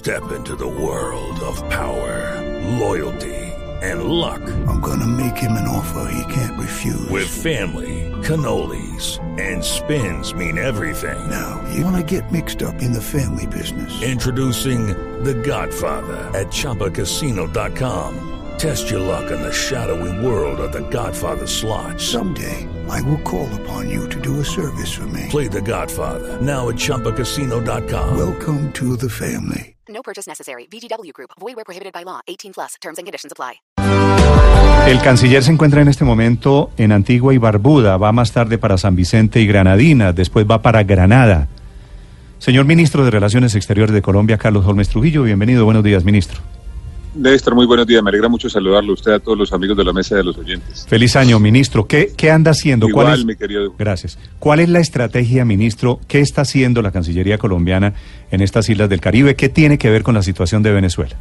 Step into the world of power, loyalty, and luck. I'm gonna make him an offer he can't refuse. With family, cannolis, and spins mean everything. Now, you wanna get mixed up in the family business. Introducing The Godfather at ChumbaCasino.com. Test your luck in the shadowy world of The Godfather slot. Someday, I will call upon you to do a service for me. Play The Godfather now at ChumbaCasino.com. Welcome to the family. No purchase necessary. VGW Group. Void where prohibited by law. 18+. Terms and conditions apply. El canciller se encuentra en este momento en Antigua y Barbuda. Va más tarde para San Vicente y Granadina. Después va para Granada. Señor ministro de Relaciones Exteriores de Colombia, Carlos Holmes Trujillo. Bienvenido. Buenos días, ministro. Néstor, muy buenos días. Me alegra mucho saludarlo a usted, a todos los amigos de la mesa de los oyentes. Feliz año, ministro. ¿Qué anda haciendo? Igual, mi querido. Gracias. ¿Cuál es la estrategia, ministro? ¿Qué está haciendo la Cancillería colombiana en estas islas del Caribe? ¿Qué tiene que ver con la situación de Venezuela?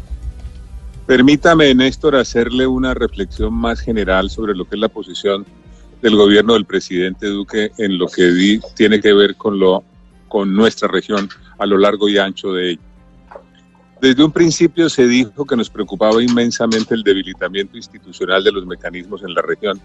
Permítame, Néstor, hacerle una reflexión más general sobre lo que es la posición del gobierno del presidente Duque en lo que tiene que ver con nuestra región a lo largo y ancho de ella. Desde un principio se dijo que nos preocupaba inmensamente el debilitamiento institucional de los mecanismos en la región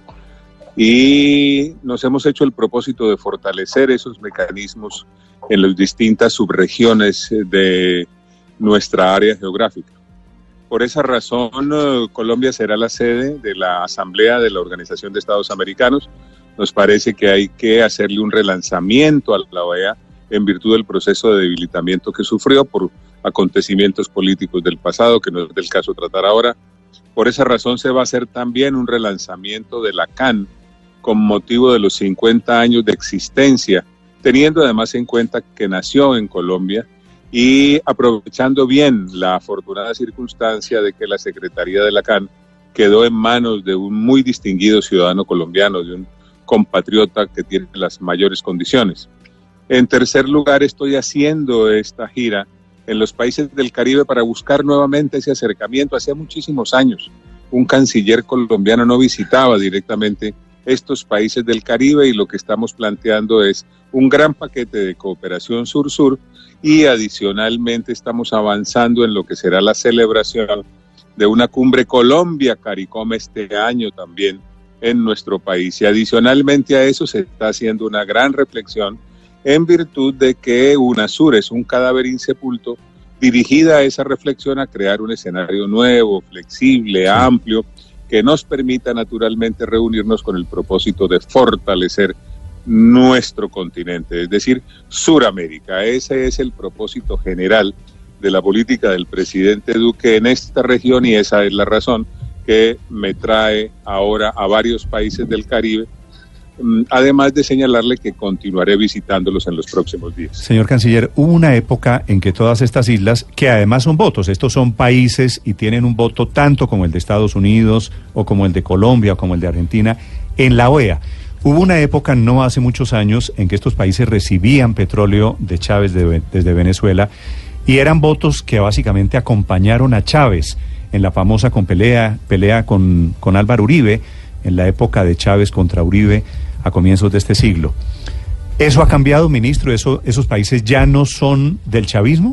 y nos hemos hecho el propósito de fortalecer esos mecanismos en las distintas subregiones de nuestra área geográfica. Por esa razón, Colombia será la sede de la Asamblea de la Organización de Estados Americanos. Nos parece que hay que hacerle un relanzamiento a la OEA en virtud del proceso de debilitamiento que sufrió por acontecimientos políticos del pasado, que no es del caso tratar ahora. Por esa razón se va a hacer también un relanzamiento de la CAN con motivo de los 50 años de existencia, teniendo además en cuenta que nació en Colombia y aprovechando bien la afortunada circunstancia de que la Secretaría de la CAN quedó en manos de un muy distinguido ciudadano colombiano, de un compatriota que tiene las mayores condiciones. En tercer lugar, estoy haciendo esta gira en los países del Caribe para buscar nuevamente ese acercamiento. Hacía muchísimos años un canciller colombiano no visitaba directamente estos países del Caribe y lo que estamos planteando es un gran paquete de cooperación sur-sur y adicionalmente estamos avanzando en lo que será la celebración de una cumbre Colombia-CARICOM este año también en nuestro país. Y adicionalmente a eso se está haciendo una gran reflexión en virtud de que UNASUR es un cadáver insepulto, dirigida a esa reflexión a crear un escenario nuevo, flexible, amplio, que nos permita naturalmente reunirnos con el propósito de fortalecer nuestro continente, es decir, Suramérica. Ese es el propósito general de la política del presidente Duque en esta región y esa es la razón que me trae ahora a varios países del Caribe, además de señalarle que continuaré visitándolos en los próximos días. Señor canciller, hubo una época en que todas estas islas, que además son votos, estos son países y tienen un voto tanto como el de Estados Unidos o como el de Colombia o como el de Argentina en la OEA. Hubo una época no hace muchos años en que estos países recibían petróleo de Chávez desde Venezuela y eran votos que básicamente acompañaron a Chávez en la famosa pelea con Álvaro Uribe, en la época de Chávez contra Uribe a comienzos de este siglo. ¿Eso ha cambiado, ministro? ¿Esos países ya no son del chavismo?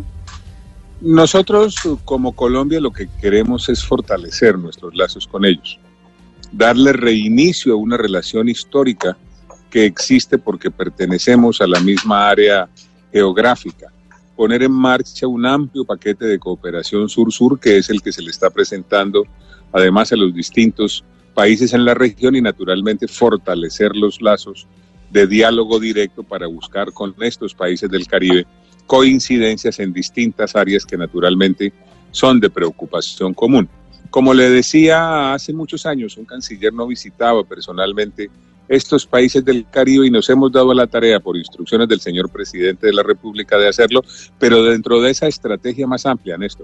Nosotros, como Colombia, lo que queremos es fortalecer nuestros lazos con ellos, darle reinicio a una relación histórica que existe porque pertenecemos a la misma área geográfica, poner en marcha un amplio paquete de cooperación sur-sur, que es el que se le está presentando además a los distintos países en la región y naturalmente fortalecer los lazos de diálogo directo para buscar con estos países del Caribe coincidencias en distintas áreas que naturalmente son de preocupación común. Como le decía, hace muchos años un canciller no visitaba personalmente estos países del Caribe y nos hemos dado a la tarea por instrucciones del señor presidente de la República de hacerlo, pero dentro de esa estrategia más amplia, Néstor.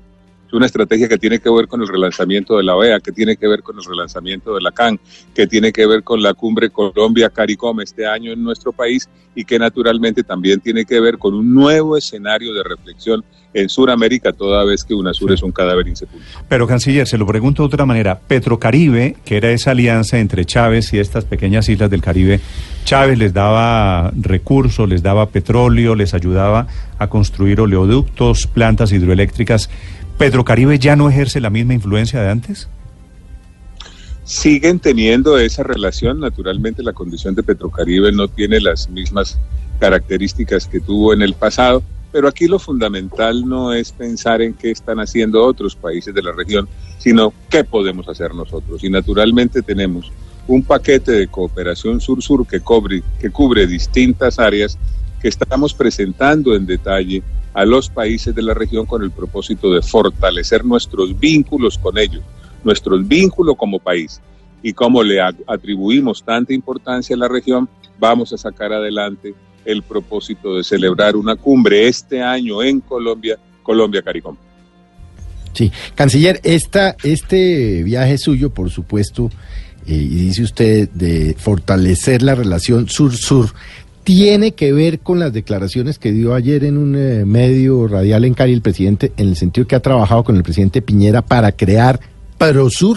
Es una estrategia que tiene que ver con el relanzamiento de la OEA, que tiene que ver con el relanzamiento de la CAN, que tiene que ver con la cumbre Colombia-CARICOM este año en nuestro país y que naturalmente también tiene que ver con un nuevo escenario de reflexión en Sudamérica, toda vez que UNASUR es un cadáver insepulto. Pero, canciller, se lo pregunto de otra manera. Petrocaribe, que era esa alianza entre Chávez y estas pequeñas islas del Caribe, Chávez les daba recursos, les daba petróleo, les ayudaba a construir oleoductos, plantas hidroeléctricas. ¿Petrocaribe ya no ejerce la misma influencia de antes? Siguen teniendo esa relación. Naturalmente, la condición de Petrocaribe no tiene las mismas características que tuvo en el pasado, pero aquí lo fundamental no es pensar en qué están haciendo otros países de la región, sino qué podemos hacer nosotros. Y naturalmente tenemos un paquete de cooperación sur-sur que cubre distintas áreas que estamos presentando en detalle a los países de la región con el propósito de fortalecer nuestros vínculos con ellos, nuestros vínculos como país. Y como le atribuimos tanta importancia a la región, vamos a sacar adelante el propósito de celebrar una cumbre este año en Colombia, Colombia-CARICOM. Sí, canciller, este viaje suyo, por supuesto, y dice usted de fortalecer la relación sur-sur, ¿tiene que ver con las declaraciones que dio ayer en un medio radial en Cali el presidente, en el sentido que ha trabajado con el presidente Piñera para crear Prosur?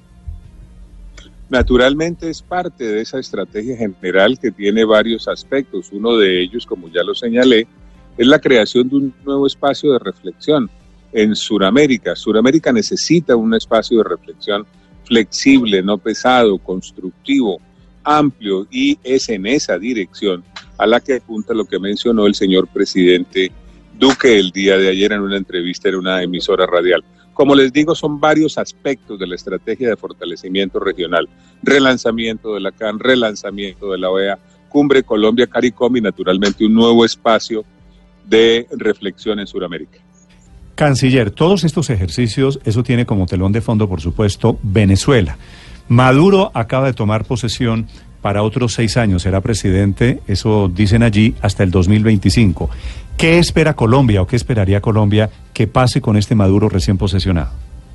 Naturalmente es parte de esa estrategia general que tiene varios aspectos. Uno de ellos, como ya lo señalé, es la creación de un nuevo espacio de reflexión en Sudamérica. Sudamérica necesita un espacio de reflexión flexible, no pesado, constructivo, amplio, y es en esa dirección a la que apunta lo que mencionó el señor presidente Duque el día de ayer en una entrevista en una emisora radial. Como les digo, son varios aspectos de la estrategia de fortalecimiento regional: relanzamiento de la CAN, relanzamiento de la OEA, Cumbre Colombia-CARICOM y naturalmente un nuevo espacio de reflexión en Sudamérica. Canciller, todos estos ejercicios, eso tiene como telón de fondo, por supuesto, Venezuela. Maduro acaba de tomar posesión para otros 6 años, será presidente, eso dicen allí, hasta el 2025. ¿Qué espera Colombia o qué esperaría Colombia que pase con este Maduro recién posesionado?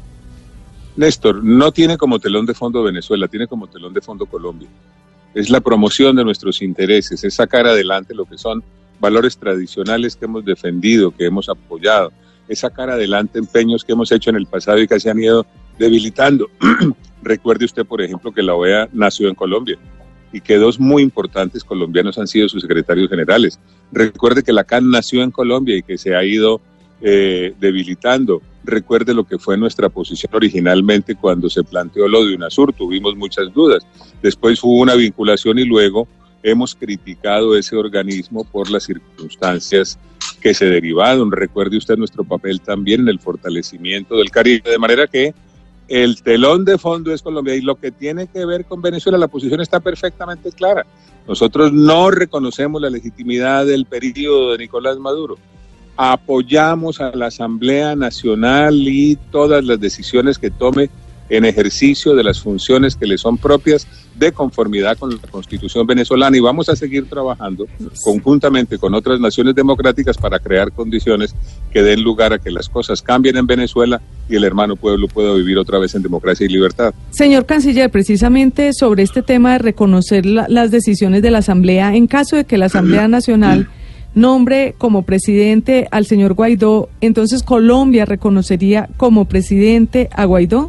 Néstor, no tiene como telón de fondo Venezuela, tiene como telón de fondo Colombia. Es la promoción de nuestros intereses, es sacar adelante lo que son valores tradicionales que hemos defendido, que hemos apoyado, es sacar adelante empeños que hemos hecho en el pasado y que se han ido debilitando. Recuerde usted, por ejemplo, que la OEA nació en Colombia y que 2 muy importantes colombianos han sido sus secretarios generales. Recuerde que la CAN nació en Colombia y que se ha ido debilitando. Recuerde lo que fue nuestra posición originalmente cuando se planteó lo de UNASUR, tuvimos muchas dudas. Después hubo una vinculación y luego hemos criticado ese organismo por las circunstancias que se derivaron. Recuerde usted nuestro papel también en el fortalecimiento del Caribe, de manera que el telón de fondo es Colombia. Y lo que tiene que ver con Venezuela, la posición está perfectamente clara. Nosotros no reconocemos la legitimidad del periodo de Nicolás Maduro. Apoyamos a la Asamblea Nacional y todas las decisiones que tome en ejercicio de las funciones que le son propias de conformidad con la Constitución venezolana, y vamos a seguir trabajando conjuntamente con otras naciones democráticas para crear condiciones que den lugar a que las cosas cambien en Venezuela y el hermano pueblo pueda vivir otra vez en democracia y libertad. Señor canciller, precisamente sobre este tema de reconocer las decisiones de la Asamblea, en caso de que la Asamblea Nacional nombre como presidente al señor Guaidó, entonces ¿Colombia reconocería como presidente a Guaidó?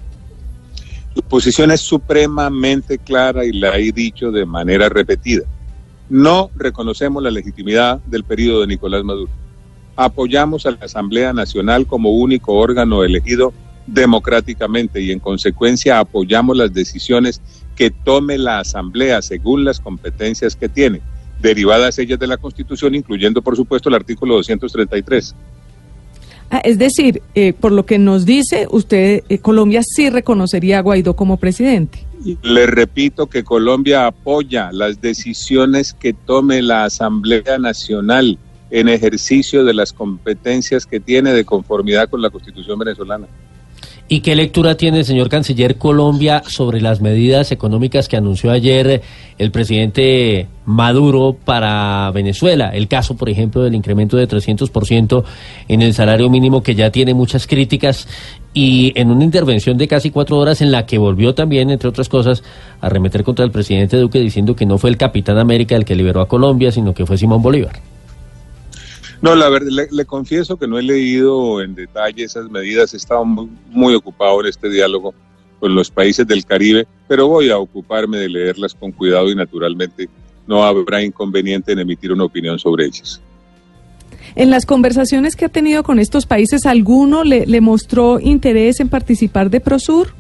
La posición es supremamente clara y la he dicho de manera repetida. No reconocemos la legitimidad del periodo de Nicolás Maduro. Apoyamos a la Asamblea Nacional como único órgano elegido democráticamente y en consecuencia apoyamos las decisiones que tome la Asamblea según las competencias que tiene, derivadas ellas de la Constitución, incluyendo por supuesto el artículo 233. Es decir, por lo que nos dice usted, Colombia sí reconocería a Guaidó como presidente. Le repito que Colombia apoya las decisiones que tome la Asamblea Nacional en ejercicio de las competencias que tiene de conformidad con la Constitución venezolana. ¿Y qué lectura tiene, señor canciller, Colombia sobre las medidas económicas que anunció ayer el presidente Maduro para Venezuela? El caso, por ejemplo, del incremento de 300% en el salario mínimo, que ya tiene muchas críticas, y en una intervención de casi 4 horas en la que volvió también, entre otras cosas, a arremeter contra el presidente Duque, diciendo que no fue el Capitán América el que liberó a Colombia, sino que fue Simón Bolívar. No, la verdad, le confieso que no he leído en detalle esas medidas. He estado muy ocupado en este diálogo con los países del Caribe, pero voy a ocuparme de leerlas con cuidado y naturalmente no habrá inconveniente en emitir una opinión sobre ellas. En las conversaciones que ha tenido con estos países, ¿alguno le mostró interés en participar de Prosur?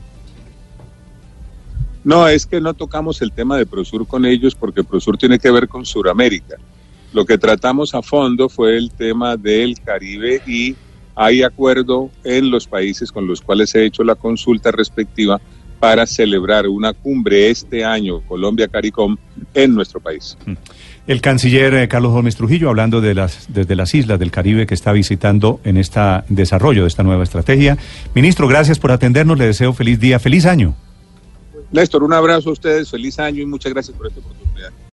No, es que no tocamos el tema de Prosur con ellos porque Prosur tiene que ver con Suramérica. Lo que tratamos a fondo fue el tema del Caribe y hay acuerdo en los países con los cuales se ha hecho la consulta respectiva para celebrar una cumbre este año, Colombia-CARICOM, en nuestro país. El canciller Carlos Holmes Trujillo, hablando desde las islas del Caribe que está visitando en este desarrollo de esta nueva estrategia. Ministro, gracias por atendernos, le deseo feliz día, feliz año. Néstor, un abrazo a ustedes, feliz año y muchas gracias por esta oportunidad.